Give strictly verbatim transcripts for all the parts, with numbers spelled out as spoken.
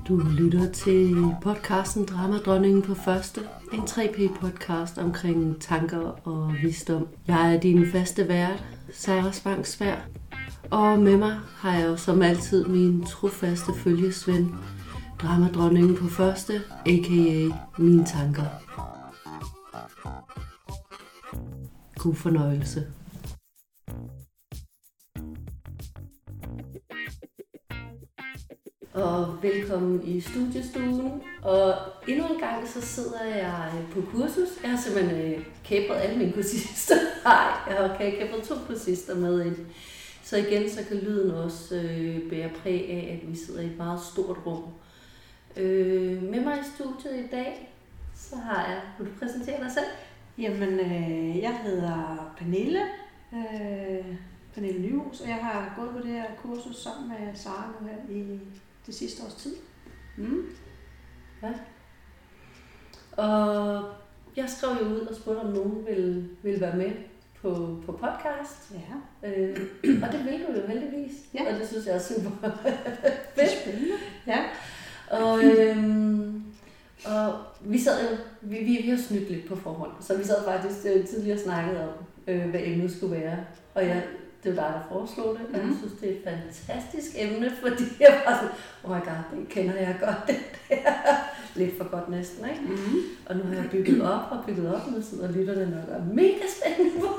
Du lytter til podcasten Dramadronningen på første, en tre P-podcast omkring tanker og visdom. Jeg er din faste vært, Sarah Spangsværd, og med mig har jeg jo som altid min trofaste følgesven, Dramadronningen på første, a k a mine tanker. God fornøjelse. Og velkommen i studiestuen. Og endnu en gang så sidder jeg på kursus. Jeg har simpelthen kapret alle mine kursister. Nej, jeg har kapret to kursister med ind. Så igen så kan lyden også øh, bære præg af, at vi sidder i et meget stort rum. Øh, med mig i studiet i dag, så har jeg... Vil du præsentere dig selv? Jamen, øh, jeg hedder Pernille. Øh, Pernille Nyhus, og jeg har gået på det her kursus sammen med Sarah nu her i det sidste års tid. Mm. Ja. Og jeg skrev jo ud og spurgte, om nogen ville, ville være med på, på podcast. Ja. Øh, og det vil du jo heldigvis. Ja. Og det synes jeg er super Det er spændende. Ja. Og, øhm, og vi sad jo, vi, vi, vi har snydt lidt på forhånd, så vi sad faktisk øh, tidligere snakket om, øh, hvad emnet skulle være. Og jeg, det var dig, der foreslog det, og mm. jeg synes, det er et fantastisk emne, fordi jeg var sådan, oh my god, det kender jeg godt, det der. Lidt for godt næsten, ikke? Mm. Og nu har jeg bygget op og bygget op, nu sidder lytterne nok og er mega spændende på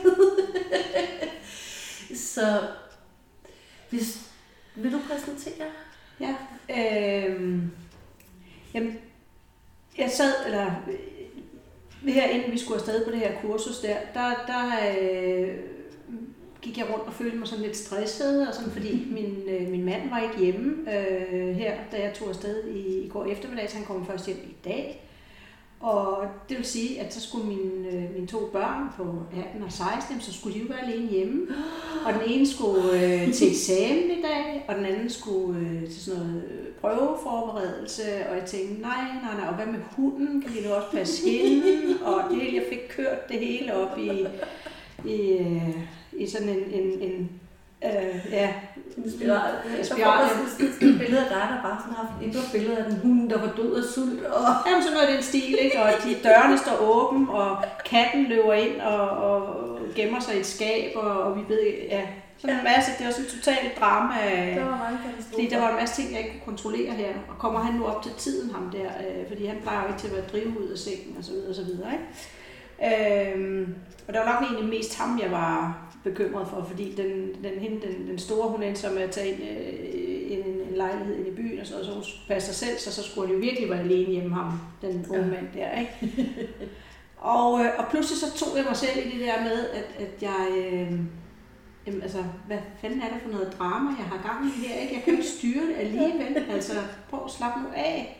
Så hvis, vil du præsentere? Ja, øh, jamen, jeg sad, eller her inden vi skulle afsted på det her kursus der, der, der øh, gik jeg rundt og følte mig sådan lidt stresset, og sådan, fordi min, øh, min mand var ikke hjemme øh, her, da jeg tog afsted i, i går eftermiddag, så han kom først hjem i dag. Og det vil sige, at så skulle mine, øh, mine to børn på atten og seksten, så skulle de jo være alene hjemme. Og den ene skulle øh, til eksamen i dag, og den anden skulle øh, til sådan noget prøveforberedelse. Og jeg tænkte, nej, nej, nej, og hvad med hunden? Kan de nu også passe hende? Og det hele, jeg fik kørt det hele op i, i, øh, i sådan en, en, en øh, ja, en spiral. En spiral. Et billede af dig, der bare sådan har haft et billede af den hund, der var død af sult. Og... Jamen sådan noget i den stil, ikke? Og de dørene står åbne, og katten løber ind og, og gemmer sig i et skab, og, og vi ved, ja, sådan en masse, det var sådan et totalt drama. Der var mange katastrofer. Fordi der var en masse ting, jeg ikke kunne kontrollere her, og kommer han nu op til tiden, ham der, øh, fordi han plejer jo ikke til at være drive ud af sengen, og så videre, og så videre, ikke? Øhm, og der var nok egentlig mest ham, jeg var bekymret for, fordi den, den, hende, den, den store, hun endte så med at tage ind, øh, en, en lejlighed ind i byen, og så, og så hun skulle passe sig selv, så, så skulle han jo virkelig være alene hjemme ham, den unge mand der, ikke? og, øh, og pludselig så tog jeg mig selv i det der med, at, at jeg, øh, jamen, altså, hvad fanden er det for noget drama, jeg har gang i her, ikke? Jeg kan jo ikke styre det alligevel, altså prøv at slappe nu af.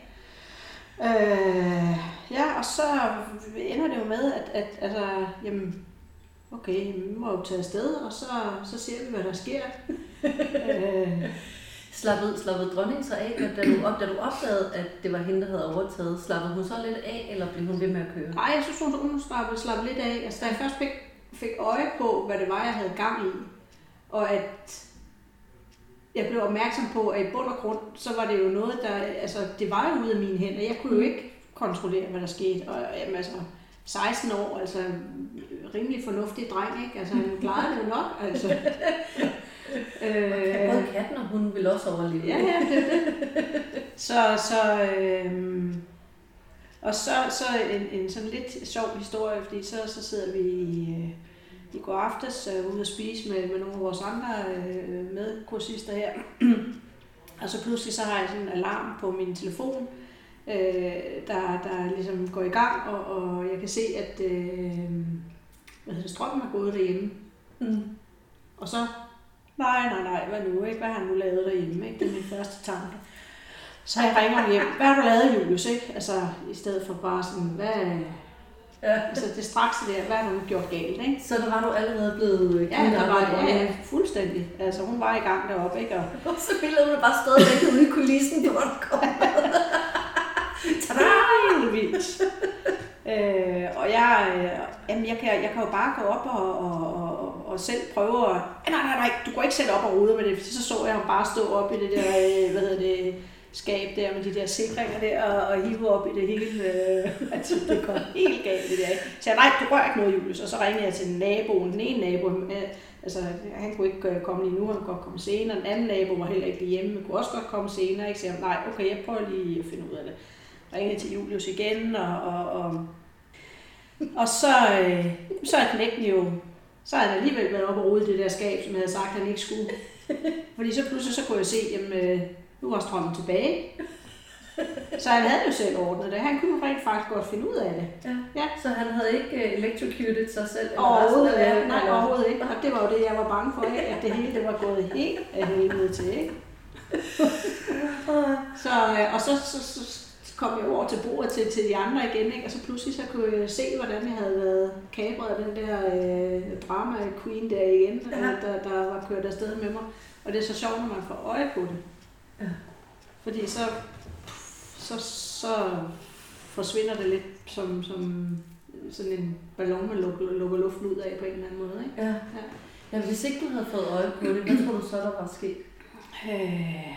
Øh, ja, og så ender det jo med, at, at altså, jamen, okay, vi må jo tage afsted, og så, så ser vi, hvad der sker. øh. Slappede, slappede dronningen så af, da du, op, da du opdagede, at det var hende, der havde overtaget? Slappede hun så lidt af, eller blev hun ved med at køre? Nej, jeg synes, hun, hun slappede, slappede lidt af. Altså, da jeg først fik, fik øje på, hvad det var, jeg havde gang i, og at jeg blev opmærksom på, at i bund og grund, så var det jo noget, der, altså, det var jo ude af mine hænder. Jeg kunne jo ikke kontrollere, hvad der skete. Og jamen, altså, seksten år, altså rimelig fornuftig dreng, ikke? Altså, han klarede det jo nok, altså. øh, Både katten og hun vil også overleve. Ja, ja, det er det. Så, så, øh, og så, så en, en sådan lidt sjov historie, fordi så, så sidder vi i, i går aftes uh, ude at spise med, med nogle af vores andre uh, medkursister her. Og så pludselig så har jeg sådan en alarm på min telefon, øh, der, der ligesom går i gang, og, og jeg kan se, at øh, hvad hedder det, strømmen er gået derhjemme. Mm. Og så, nej, nej, nej, hvad nu, ikke? Hvad har han nu lavet derhjemme, ikke? Det er min første tanke. Så jeg ringer hjem, hvad har du lavet, Julius, ikke? Altså, i stedet for bare sådan, hvad... Ja. Altså, det straks det der, hvad har hun gjort galt, ikke? Så der var du allerede blevet... Ja, der var det, ja, fuldstændig. Altså, hun var i gang deroppe, ikke? Og, og så billede hun bare stået væk ude i kulissen, hvor du kom. Tada! Helt vildt. Øh, og jeg, øh, jamen jeg, kan, jeg kan jo bare gå op og, og, og, og selv prøve at... Nej, nej, nej, du går ikke selv op og rode med det, for så så jeg ham bare stå op i det der, hvad hedder det, skab der med de der sikringer der, og, og hive op i det hele. Øh, altså, det går helt galt det der. Så jeg, nej, du rører ikke noget, Julius. Og så ringede jeg til naboen, den ene nabo, øh, altså han kunne ikke komme lige nu, han kunne godt komme senere. Den anden nabo var heller ikke hjemme, men kunne også godt komme senere. Ikke? Så jeg, nej, okay, jeg prøver lige at finde ud af det. Ringede til Julius igen, og, og, og, og så, øh, så er knægten jo, så havde han alligevel været oppe og rode det der skab, som jeg havde sagt, han ikke skulle. Fordi så pludselig så kunne jeg se, jamen nu var strømmen tilbage. Så han havde jo selv ordnet det. Han kunne jo rent faktisk godt finde ud af det. Ja. Ja. Så han havde ikke electrocuted sig selv? Overhovedet, ja. Nej, overhovedet ikke. Og det var jo det, jeg var bange for, ikke? At det hele det var gået helt af helvede til, ikke? Så, og så, så, så kom jeg over til bordet til, til de andre igen, ikke? Og så pludselig så kunne jeg se, hvordan jeg havde været kapret af den der øh, drama queen der igen, ja. der, der var kørt afsted med mig. Og det er så sjovt, når man får øje på det. Ja. Fordi så, så, så forsvinder det lidt som, som sådan en ballon, man lukker, lukker luften ud af på en eller anden måde. Ikke? Ja. Ja. Ja, hvis ikke du havde fået øje på det, hvad tror du så, der var sket? Øh...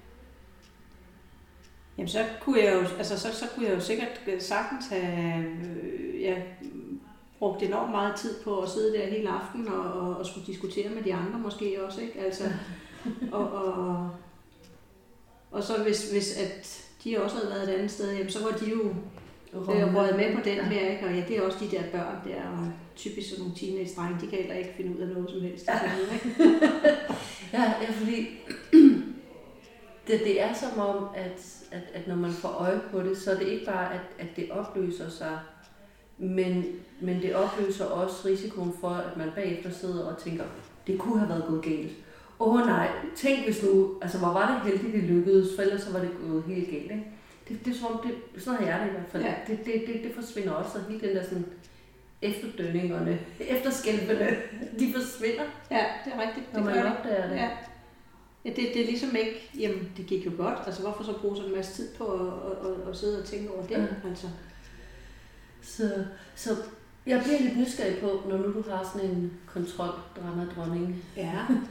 Jamen så kunne jeg jo, altså så, så kunne jeg jo sikkert sagtens have øh, ja, brugt enormt meget tid på at sidde der hele aften og, og, og skulle diskutere med de andre måske også, ikke? Altså, og, og, og så hvis, hvis at de også havde været et andet sted, jamen, så var de jo øh, røget med på den her, ikke? Og ja, det er også de der børn der, og typisk sådan nogle teenage-drenge, de kan heller ikke finde ud af noget som helst. Ja, ja, ja, fordi det, det er som om, at At, at når man får øje på det, så er det ikke bare, at, at det opløser sig, men, men det opløser også risikoen for, at man bagefter sidder og tænker, det kunne have været gået galt. Åh oh, nej, tænk hvis nu, altså hvor var det heldigt, det lykkedes, for ellers så var det gået helt galt. Ikke? Det, det er som om, det, sådan har jeg det i hvert fald. Ja. Det, det, det, det forsvinder også, og hele den der sådan efterdønningerne, efterskælvene, de forsvinder. Ja, det er rigtigt. Når man opdager det. Ja. Ja, det, det er ligesom ikke, jamen det gik jo godt, altså hvorfor så bruge sådan en masse tid på at, at, at, at sidde og tænke over det, ja. Altså. Så, så jeg bliver lidt nysgerrig på, når nu du har sådan en kontrol-drama-dronning. Ja.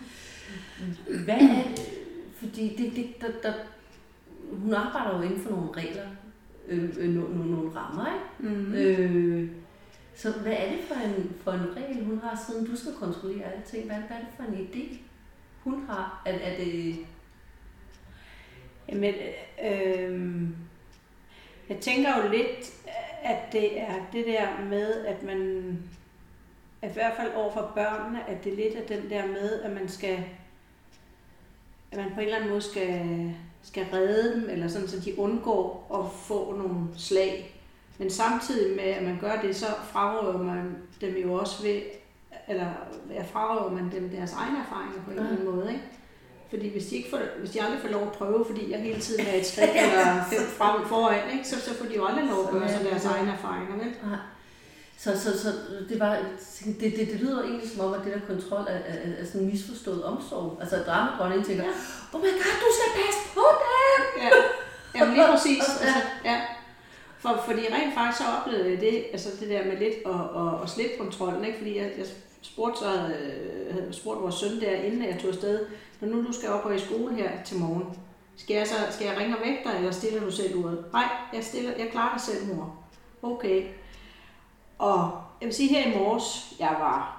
Hvad er det? Fordi det, det, der, der, hun arbejder jo inden for nogle regler, øh, øh, nogle, nogle rammer, ikke? Mm-hmm. Øh, så hvad er det for en, for en regel, hun har, siden du skal kontrollere alle ting? Hvad, hvad er det for en idé? Hun har, at, at det... Jamen, øh, jeg tænker jo lidt, at det er det der med, at man, at i hvert fald over for børnene, at det lidt er den der med, at man skal, at man på en eller anden måde skal, skal redde dem, eller sådan, så de undgår at få nogle slag. Men samtidig med, at man gør det, så frarøver man dem jo også ved, eller jeg frarøver man dem deres egne erfaringer på en eller anden måde, ikke? Fordi hvis de, ikke får, hvis de aldrig får lov at prøve, fordi jeg hele tiden er et skridt eller fem frem foran, ikke? Så, så får de jo aldrig lov at gøre sig deres egne erfaringer, vel? Så, så, så det, var, det, det, det lyder egentlig som om, at det der kontrol er, er, er sådan en misforstået omsorg. Altså at dramadronningen tænker, oh my god, du skal passe på dem! Ja, jamen lige præcis. Altså, ja. For, fordi rent faktisk så oplevede jeg det, altså det der med lidt at, at, at slippe kontrollen, ikke? Fordi jeg, jeg spurgte, så, øh, havde spurgt vores søn der, inden jeg tog afsted, når nu du skal op og i skole her til morgen, skal jeg, så, skal jeg ringe og vække dig, eller stiller du selv uret? Nej, jeg, stiller, jeg klarer det selv, mor. Okay. Og jeg vil sige her i morges, jeg var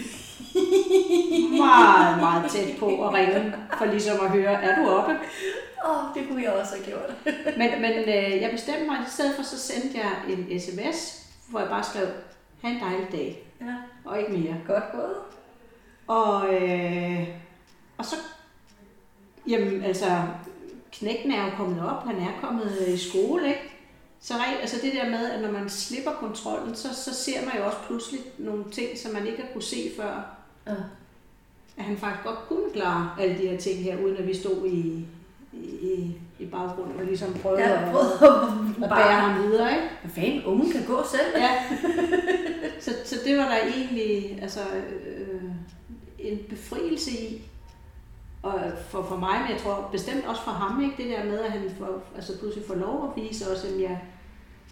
meget, meget tæt på at ringe, for ligesom at høre, er du oppe? Åh, oh, det kunne jeg også have gjort. men men øh, jeg bestemte mig, i stedet for så sendte jeg en sms, hvor jeg bare skrev, ha' en dejlig dag. Ja. Og ikke mere. Godt gået. Og, øh, og så, jamen altså, knægten er jo kommet op, han er kommet i skole, ikke? Så altså det der med, at når man slipper kontrollen, så, så ser man jo også pludselig nogle ting, som man ikke har kunne se før. Ja. At han faktisk godt kunne klare alle de her ting her, uden at vi stod i, i, i baggrunden og ligesom prøvede, ja, prøvede at, at bære ham videre, ikke? Hvad fanden, unge kan gå selv. Ja. så, så det var der egentlig altså, øh, en befrielse i. Og for, for mig, men jeg tror bestemt også for ham, ikke, det der med, at han får, altså pludselig får lov at vise også, at jeg,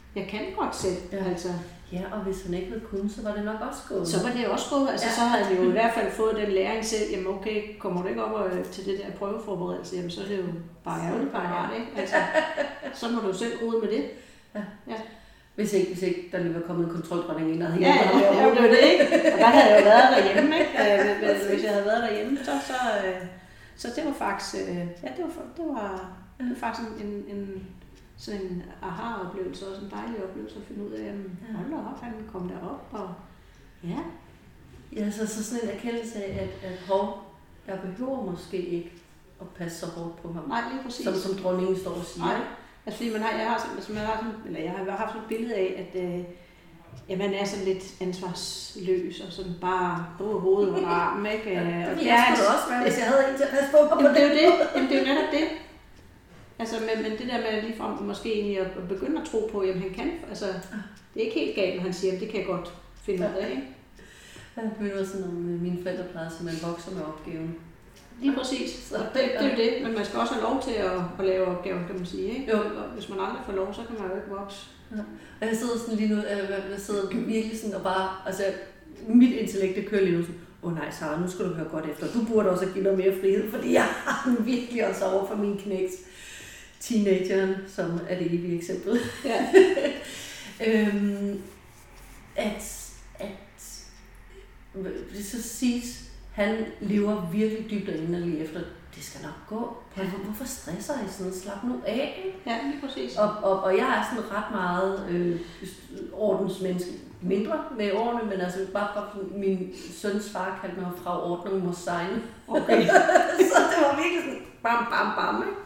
jeg kan godt selv. Ja. Altså. Ja, og hvis han ikke havde kunnet, så var det nok også gået. Så var det også gået. Altså, ja. Så havde han jo i hvert fald fået den læring selv. Jamen okay, kommer du ikke op og, til det der prøveforberedelse, jamen så er det jo bare ærgerligt, bare rart, ikke? Altså, så må du jo selv gå ud med det. Ja. Ja. Hvis ikke, hvis ikke der lige var kommet en kontroldronning ind, og havde ja, ja, ja, ja, det var det, ikke? Og der havde jeg jo været derhjemme, ikke? Hvis jeg havde været derhjemme, så, så, så det var faktisk, ja, det var, det var, det var faktisk en, en sådan en aha-oplevelse, også en dejlig oplevelse at finde ud af, at hold da op, han kom derop, og ja. Ja, så, så sådan en erkendelse af, at, at hov, jeg behøver måske ikke at passe så hårdt på ham. Nej, lige præcis. Som, som dronningen står og siger. Nej, altså fordi man har, jeg har, altså, man har sådan, eller jeg har haft sådan et billede af, at øh, ja, man er sådan lidt ansvarsløs, og sådan bare både hovedet under armen, ikke? Ja, det ville jeg skulle også være, hvis jeg havde en til at passe på mig. Jamen, det er jo det. Jamen, det er jo netop det. Altså, men, men det der med ligefrem måske egentlig at begynde at tro på, jamen han kan, altså, det er ikke helt galt, når han siger, at det kan jeg godt finde ud af, ikke? Ja, det er sådan, at mine forældre plejer, at man vokser med opgaven. Lige præcis. Så det, det er jo det, men man skal også have lov til at, at lave opgaven, kan man sige, ikke? Jo. Og hvis man aldrig får lov, så kan man jo ikke vokse. Ja. Og jeg sidder sådan lige nu, jeg sidder virkelig sådan og bare, altså mit intellekt, det kører lige nu sådan, åh oh, nej Sara, nu skal du høre godt efter, du burde også give noget mere frihed, fordi jeg har den virkelig også over for min knæks. Teenageren, som er det evige eksempel. Ja. øhm, at, at det så siges, han lever virkelig dybt og inderligt efter, det skal nok gå. Hvorfor stresser I sådan? Slap nu af. Ja, lige præcis. Og, og, og jeg er sådan ret meget øh, ordensmenneske. Mindre med årene, men altså bare for min søns far kaldte mig fra ordning mod sejne. Okay. Så det var virkelig sådan bam, bam, bam. Ikke?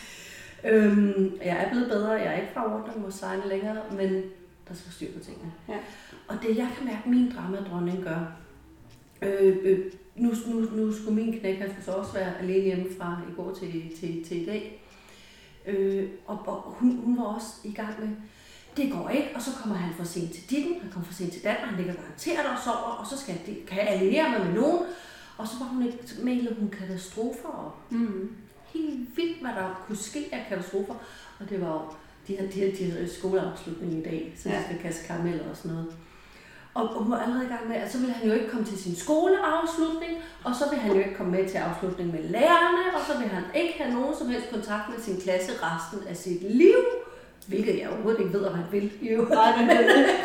Øhm, jeg er blevet bedre, jeg er ikke fra ordning mod sejne længere, men der skal styr på tingene. Ja. Og det jeg kan mærke, min dramadronning gør, øh, øh, nu, nu, nu skulle min knæk, han skulle så også være alene hjemmefra i går til, til, til i dag, øh, og, og hun, hun var også i gang med, det går ikke, og så kommer han for sent til ditten, han kommer for sent til datten, han ligger garanteret og sover, og så skal jeg, kan jeg alliere mig med nogen, og så var hun ikke mailet hun katastrofer op. Mm. Helt vildt, hvad der kunne ske af katastrofer. Og det var jo, de havde, de havde, de havde skoleafslutning i dag, så de ja. skal kaste karameller og sådan noget. Og, og hun var allerede i gang med, at så ville han jo ikke komme til sin skoleafslutning, og så ville han jo ikke komme med til afslutning med lærerne, og så ville han ikke have nogen som helst kontakt med sin klasse resten af sit liv, hvilket jeg overhovedet ikke ved, om han vil. Jo. Nej, men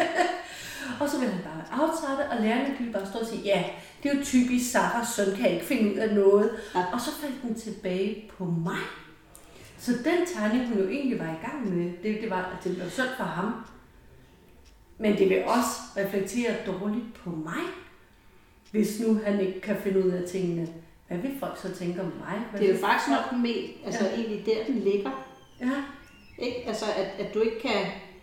og så ville han bare outside, og lærerne ville bare stå og sige, ja, det er jo typisk, Saras søn kan ikke finde ud af noget. Ja. Og så faldt den tilbage på mig. Så den tegning, hun jo egentlig var i gang med, det, det var, at det var synd for ham. Men det vil også reflektere dårligt på mig, hvis nu han ikke kan finde ud af tingene. Hvad vil folk så tænke om mig? Hvad det er jo faktisk nok den mest, altså ja. egentlig der, den ligger. Ja. Ikke? Altså, at, at du ikke kan...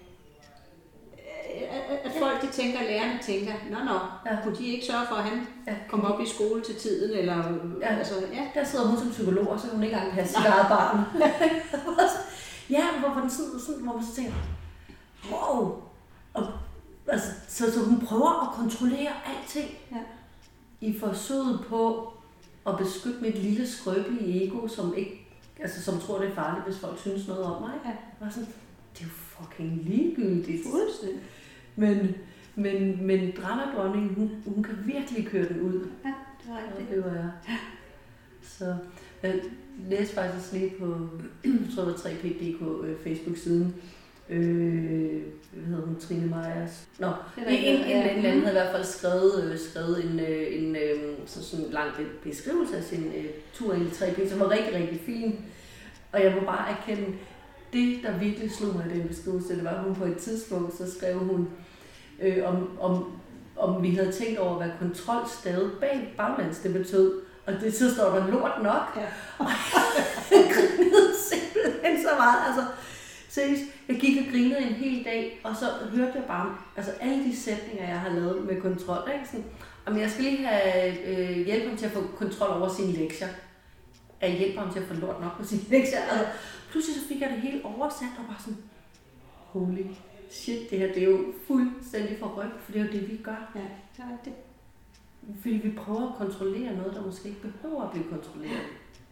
At, at folk de tænker, at lærerne tænker, nå nå, ja. kunne de ikke sørge for, at han ja. kommer op i skole til tiden? Eller, ja. Altså, ja. Der sidder hun som psykolog, og så kan hun ikke engang have sit eget barn. Ja, hvor man, sådan, sådan, hvor man så tænker, wow. Og, altså, så, så hun prøver at kontrollere alting ja. i forsøget på at beskytte mit lille skrøbelige ego, som ikke, altså, som tror, det er farligt, hvis folk synes noget om mig. Ja. Og sådan, det er jo fucking ligegyldigt. Fuldstændig. Men, men, men dramadronningen, hun, hun kan virkelig køre den ud. Ja, det var rigtigt. Det var jeg. Så jeg læste faktisk lige på, jeg tror det var tre P D K Facebook-siden, øh, hvad hedder hun, Trine Meyers. Nå, en, en, en, en eller anden havde i hvert fald skrevet, øh, skrevet en, øh, en øh, så sådan lang beskrivelse af sin øh, tur ind i tre P, som var rigtig, rigtig fin. Og jeg må bare erkende, det, der virkelig slog mig i den beskrivelse, det var, at hun på et tidspunkt, så skrev hun, øh, om, om, om vi havde tænkt over, hvad kontrolstavet bag baglands det betød. Og det, så står der lort nok. Ja. Og jeg grinede simpelthen så meget. Altså, seriøst, jeg gik og grinede en hel dag, og så hørte jeg bare, altså alle de sætninger, jeg har lavet med kontrol, ikke? Sådan, om jeg skal lige have øh, hjælp ham til at få kontrol over sine lektier. At jeg hjælper ham til at få lort nok på sine lektier. Altså, pludselig så fik jeg det hele oversat, og bare sådan, holy shit, det her, det er jo fuldstændig forrygt, for det er jo det, vi gør. Ja, det er det. Fordi vi prøver at kontrollere noget, der måske ikke behøver at blive kontrolleret.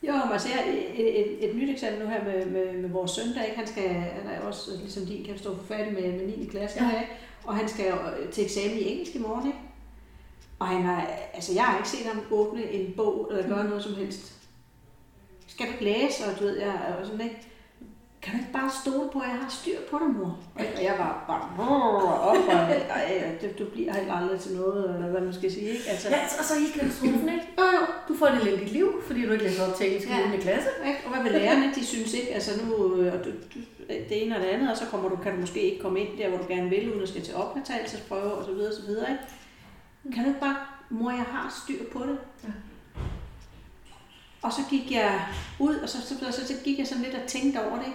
Jo, men altså jeg, et, et, et nyt eksempel nu her med, med, med vores søn, der ikke, han skal, han er også ligesom din, kan stå for færdig med, med niende klasse, ja. Her, og han skal til eksamen i engelsk i morgen, ikke? Og han har, altså jeg har ikke set ham åbne en bog eller gøre noget som helst. Skal du ikke læse, og du ved, jeg er sådan, ikke? Kan du ikke bare stole på, at jeg har styr på det, mor? Og jeg var bare op, og du bliver helt aldrig til noget, eller hvad man skal sige, ikke? Altså, ja, og så er I katastrofen, ikke? Jo, jo, du får det lidt i liv, fordi du ikke læser op til engelsk i niende klasse. Ikke? Og hvad vil lærerne, de synes ikke, altså nu, du, du, det ene og det andet, og så kommer du, kan du måske ikke komme ind der, hvor du gerne vil, uden at skal til optagelsesprøve, og så videre, og så videre, ikke? Kan du ikke bare, mor, jeg har styr på det? Ja. Og så gik jeg ud, og så, så, så, så gik jeg sådan lidt og tænkte over det.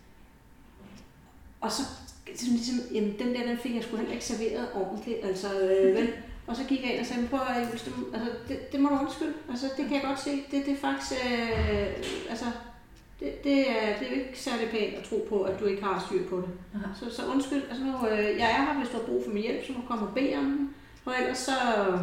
Og så, ligesom, jamen, den der, den fik jeg sgu heller ikke serveret ordentligt, altså, øh, vel. Og så gik jeg ind og sagde, prøv at altså, det, det må du undskylde, altså, det kan jeg godt se, det, det er faktisk, øh, altså, det, det, er, det er jo ikke særlig pænt at tro på, at du ikke har styr på det. Så, så undskyld, altså nu, øh, jeg er her, hvis du har brug for min hjælp, så må du komme og bede om den, og ellers så,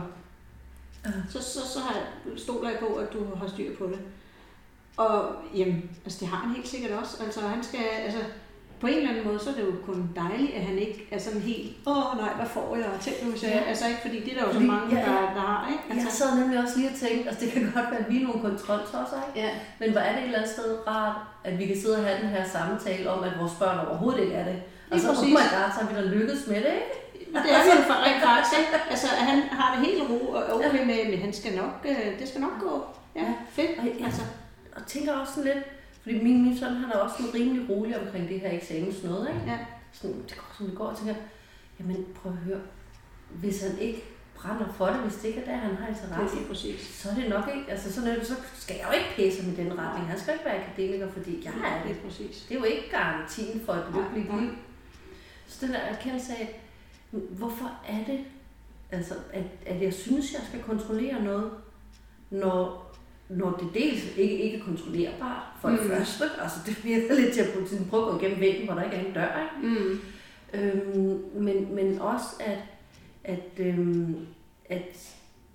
så, så, så har jeg, stoler jeg på, at du har styr på det. Og jamen, altså det har han helt sikkert også, altså han skal, altså, på en eller anden måde, så er det jo kun dejligt, at han ikke er sådan helt, åh nej, hvad får jeg? Tænk nu, hvis jeg, ja. Altså ikke, fordi det er der jo så mange, ja, ja. Der, der har, ikke? Altså, jeg sad nemlig også lige og tænkte, altså det kan godt være, at vi er nogle kontroltosser, ikke? Ja. Men hvor er det et eller andet sted rart, at vi kan sidde og have den her samtale om, at vores børn overhovedet ikke er det. Og så, oh my god, så har vi da lykkes med det, ikke? Det er vi jo rent faktisk, ikke? Altså han har det helt ro og okay med, men han skal nok, det skal nok gå. Ja, fedt. Og, ja. Altså, og tænker også sådan lidt, fordi min, min søn, han er også sådan rimelig rolig omkring det her eksamens noget, ikke? Ja. Sådan, det går som det går, og tænker, jamen prøv at høre, hvis han ikke brænder for det, hvis det ikke er der, han har interesse, det så er det nok ikke, altså sådan er det, så skal jeg jo ikke pæse ham i den retning. Han skal ikke være akademiker, fordi jeg er det. Det er jo ikke garantien for et lykkeligt liv. Så den der erkendelse af, hvorfor er det, altså, at, at jeg synes, jeg skal kontrollere noget, når når det dels ikke, ikke er kontrollerbart for mm. det første, altså det virker lidt til at prøve at gå igennem væggen, hvor der ikke er en dør, ikke? Mm. Øhm, men, men også at, at, øhm, at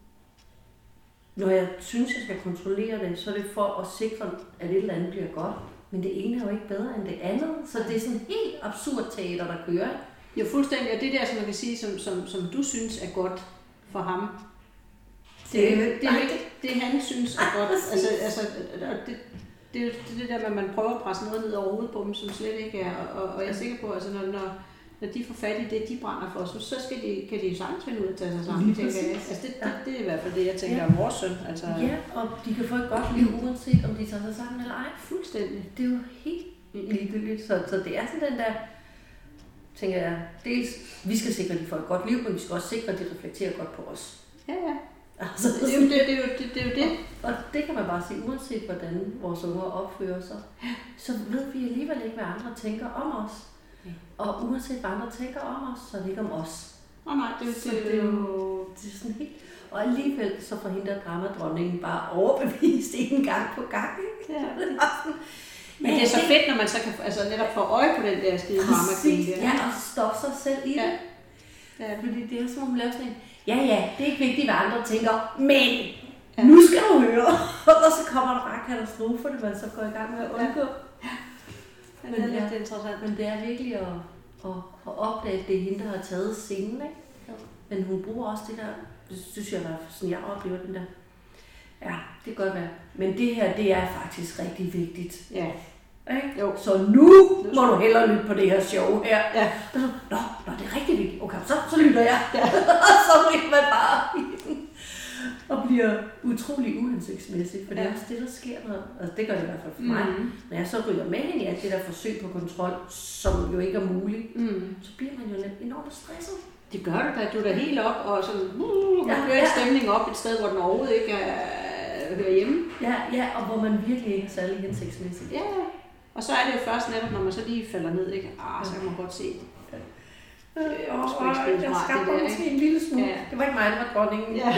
når jeg synes, jeg skal kontrollere det, så er det for at sikre, at et eller andet bliver godt, men det ene er jo ikke bedre end det andet, så det er sådan en helt absurd teater, der kører. Jo, fuldstændig, og det der, som man kan sige, som, som, som du synes er godt for ham, Det, det, det, det, det, det han synes er godt. Altså, altså, det, det er jo det, det der med, at man prøver at presse noget ned over hovedet på dem, som slet ikke er. Og, og jeg er sikker på, at altså, når, når, når de får fat i det, de brænder for, så, så skal de, kan de jo sagtens finde ud af at tage sig sammen. Tænker jeg. Altså, det, det, det er i hvert fald det, jeg tænker ja. Om vores søn. Altså, ja, og de kan få et godt liv, uanset om de tager sig sammen eller ej. Fuldstændig. Det er jo helt ligegyldigt. Så, så det er sådan den der, tænker jeg, dels, vi skal sikre, at de får et godt liv, men vi skal også sikre, at de reflekterer godt på os. Ja, ja. Altså, det, er jo, det, det, er jo, det, det er jo det. Og det kan man bare sige, uanset hvordan vores unger opfører sig, så ved vi alligevel ikke, hvad andre tænker om os. Ja. Og uanset hvad andre tænker om os, så er det ikke om os. Åh oh, nej, det, det, det, det er jo det er sådan helt... Og alligevel så forhindrer dramadronningen bare overbevist en gang på gang. Ja. Men det er så fedt, når man så kan altså, netop få øje på den der skide drama-kvinde. Ja, og stoppe sig selv i det. Ja. Ja. Fordi det er som om laver sådan en, ja ja, det er ikke vigtigt, hvad andre tænker, men ja. Nu skal du høre. Og så kommer der bare katastrofer, det man så går i gang med at undgå. Ja. Men, men, det er lidt interessant. Men det er virkelig at, at, at opdage, at det er hende, der har taget scenen, ikke? Ja. Men hun bruger også det der, det synes jeg, sådan jeg oplever den der. Ja, det kan godt være. Men det her, det er faktisk rigtig vigtigt. Ja. Jo. Så nu må du hellere lytte på det her show her. Ja. Så, nå, nå, det er rigtig vigtigt. Okay, så, så lytter jeg. Ja. Og så bliver man bare og bliver utrolig uhensigtsmæssigt. For ja. Det er også det, der sker. Når, altså det gør det i hvert fald for mig. Mm. Når jeg så ryger med hende i alt det der forsøg på kontrol, som jo ikke er muligt, mm. så bliver man jo enormt stresset. Det gør du da. Du er da helt op og sådan, uh, man kører ja, ja. Stemning op et sted, hvor den overhovedet ikke er, hører hjemme. Ja, ja, og hvor man virkelig ikke er særlig hensigtsmæssigt. Ja, og så er det jo først netop, når man så lige falder ned, ikke? Ah, så kan man godt se. Ja. Det er også øh, ikke jeg skabte måske en lille smule. Ja. Det var ikke mig, det var dronningen. Ja.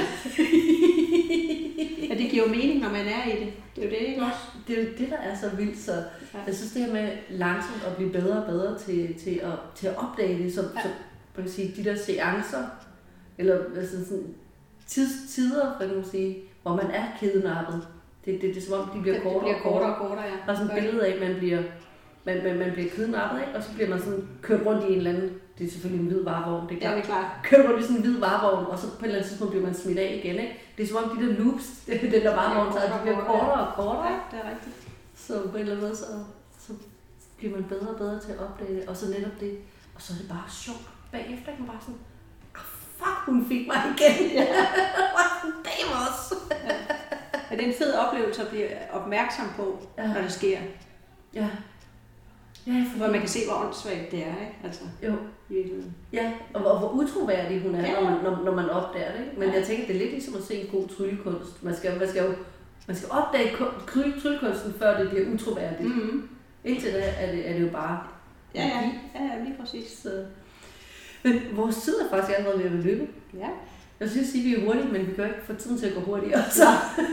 Ja, det giver jo mening, når man er i det. Det er jo det, ikke også? Det er jo det, der er så vildt. Så ja. Jeg synes, det her med langsomt at blive bedre og bedre til, til, at, til at opdage det, så, ja. Så man kan sige, de der seancer, eller altså sådan tids, tider, kan man sige, hvor man er kidnappet, Det, det, det er som om, de bliver det, kortere, det bliver kortere og kortere, ja. Der er sådan et billede af, at man bliver, man, man, man bliver kidnappet, ikke? Og så bliver man sådan kørt rundt i en eller anden, det er selvfølgelig en hvid varevogn, det er klart. Ja, det er klart. Kørt rundt i sådan en hvid varevogn, og så på et eller andet tidspunkt bliver man smidt af igen, ikke? Det er som om de der loops, den der varevogn, så de bliver kortere og kortere. Ja, det er rigtigt. Så på en eller anden måde, så, så bliver man bedre og bedre til at opdage det, og så netop det. Og så er det bare sjovt bagefter, kan man bare sådan, oh, fuck, hun fik mig igen. Ja. Det var også. Ja. Ja, det er en fed oplevelse at blive opmærksom på, ja. Når det sker. Ja. Ja, for man kan se, hvor åndssvagt det er, ikke? Altså, jo. I virkeligheden. Ja, og hvor, hvor utroværdig hun er, ja. når, man, når, når man opdager det. Ikke? Men ja. Jeg tænker, det er lidt ligesom at se en god tryllekunst. Man skal, man skal jo man skal opdage tryllekunsten, før det bliver utroværdigt. Mm-hmm. Indtil da er det, er det jo bare ja, ja, ja, ja, lige præcis. Så. Men vores tid er faktisk allerede ved at være løbet. Ja. Jeg synes at vi er hurtige, men vi kan ikke få tiden til at gå hurtigere. Så,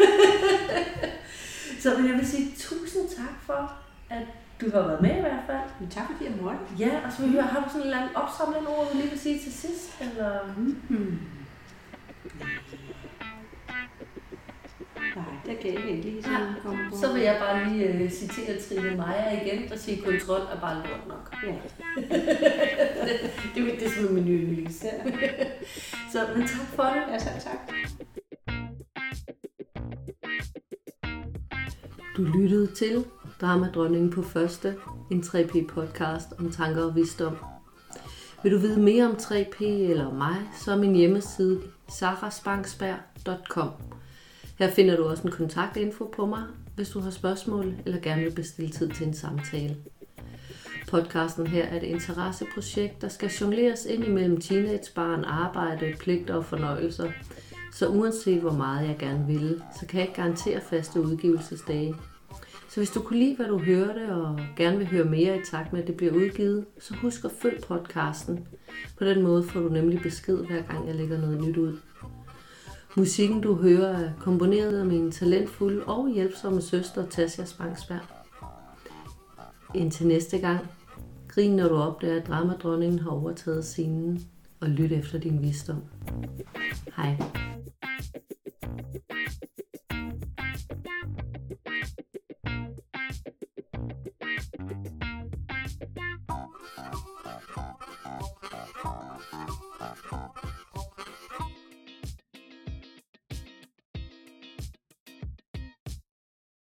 så men jeg vil sige tusind tak for, at du har været med i hvert fald. Men tak fordi jeg måtte. Ja, og så vil jeg høre, har du sådan en eller anden opsamlende ord, du lige vil sige til sidst? Eller? Mm-hmm. Nej, det kan jeg ikke lige sige. Ja, så vil jeg bare lige uh, citere Trine Meyer igen og sige, kontrol er bare lort nok. Ja. det, det, det er sådan min nye yndlings. Ja. Så, men tak for det. Ja, så tak. Du lyttede til Dramadronningen på første, en tre P podcast om tanker og visdom. Vil du vide mere om tre P eller mig, så er min hjemmeside sara spangsberg punktum com. Her finder du også en kontaktinfo på mig, hvis du har spørgsmål eller gerne vil bestille tid til en samtale. Podcasten her er et interesseprojekt, der skal jongleres ind imellem teenagebarn, arbejde, pligter og fornøjelser. Så uanset hvor meget jeg gerne vil, så kan jeg ikke garantere faste udgivelsesdage. Så hvis du kunne lide, hvad du hørte, og gerne vil høre mere i takt med, at det bliver udgivet, så husk at følg podcasten. På den måde får du nemlig besked, hver gang jeg lægger noget nyt ud. Musikken, du hører, er komponeret af min talentfulde og hjælpsomme søster, Tasja Spangsberg. Indtil næste gang, grin når du opdager, at Dramadronningen har overtaget scenen, og lyt efter din visdom. Hej.